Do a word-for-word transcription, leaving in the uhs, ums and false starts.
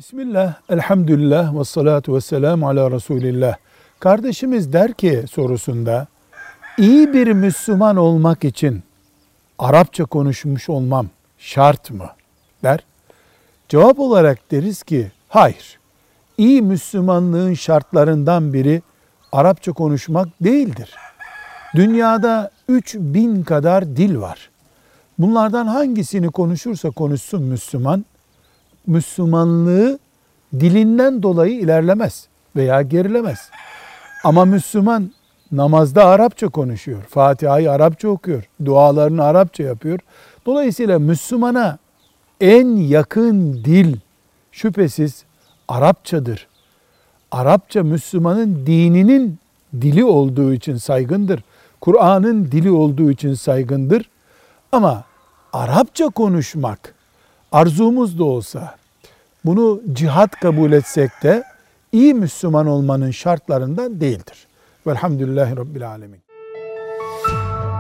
Bismillah, elhamdülillah ve salatu ve selamu ala Resulillah. Kardeşimiz der ki sorusunda, iyi bir Müslüman olmak için Arapça konuşmuş olmam şart mı? Der. Cevap olarak deriz ki, hayır. İyi Müslümanlığın şartlarından biri Arapça konuşmak değildir. Dünyada üç bin kadar dil var. Bunlardan hangisini konuşursa konuşsun Müslüman, Müslümanlığı dilinden dolayı ilerlemez veya gerilemez. Ama Müslüman namazda Arapça konuşuyor, Fatiha'yı Arapça okuyor, dualarını Arapça yapıyor. Dolayısıyla Müslümana en yakın dil şüphesiz Arapçadır. Arapça Müslümanın dininin dili olduğu için saygındır. Kur'an'ın dili olduğu için saygındır. Ama Arapça konuşmak arzumuz da olsa, bunu cihat kabul etsek de iyi Müslüman olmanın şartlarından değildir. Velhamdülillahi Rabbil Alemin.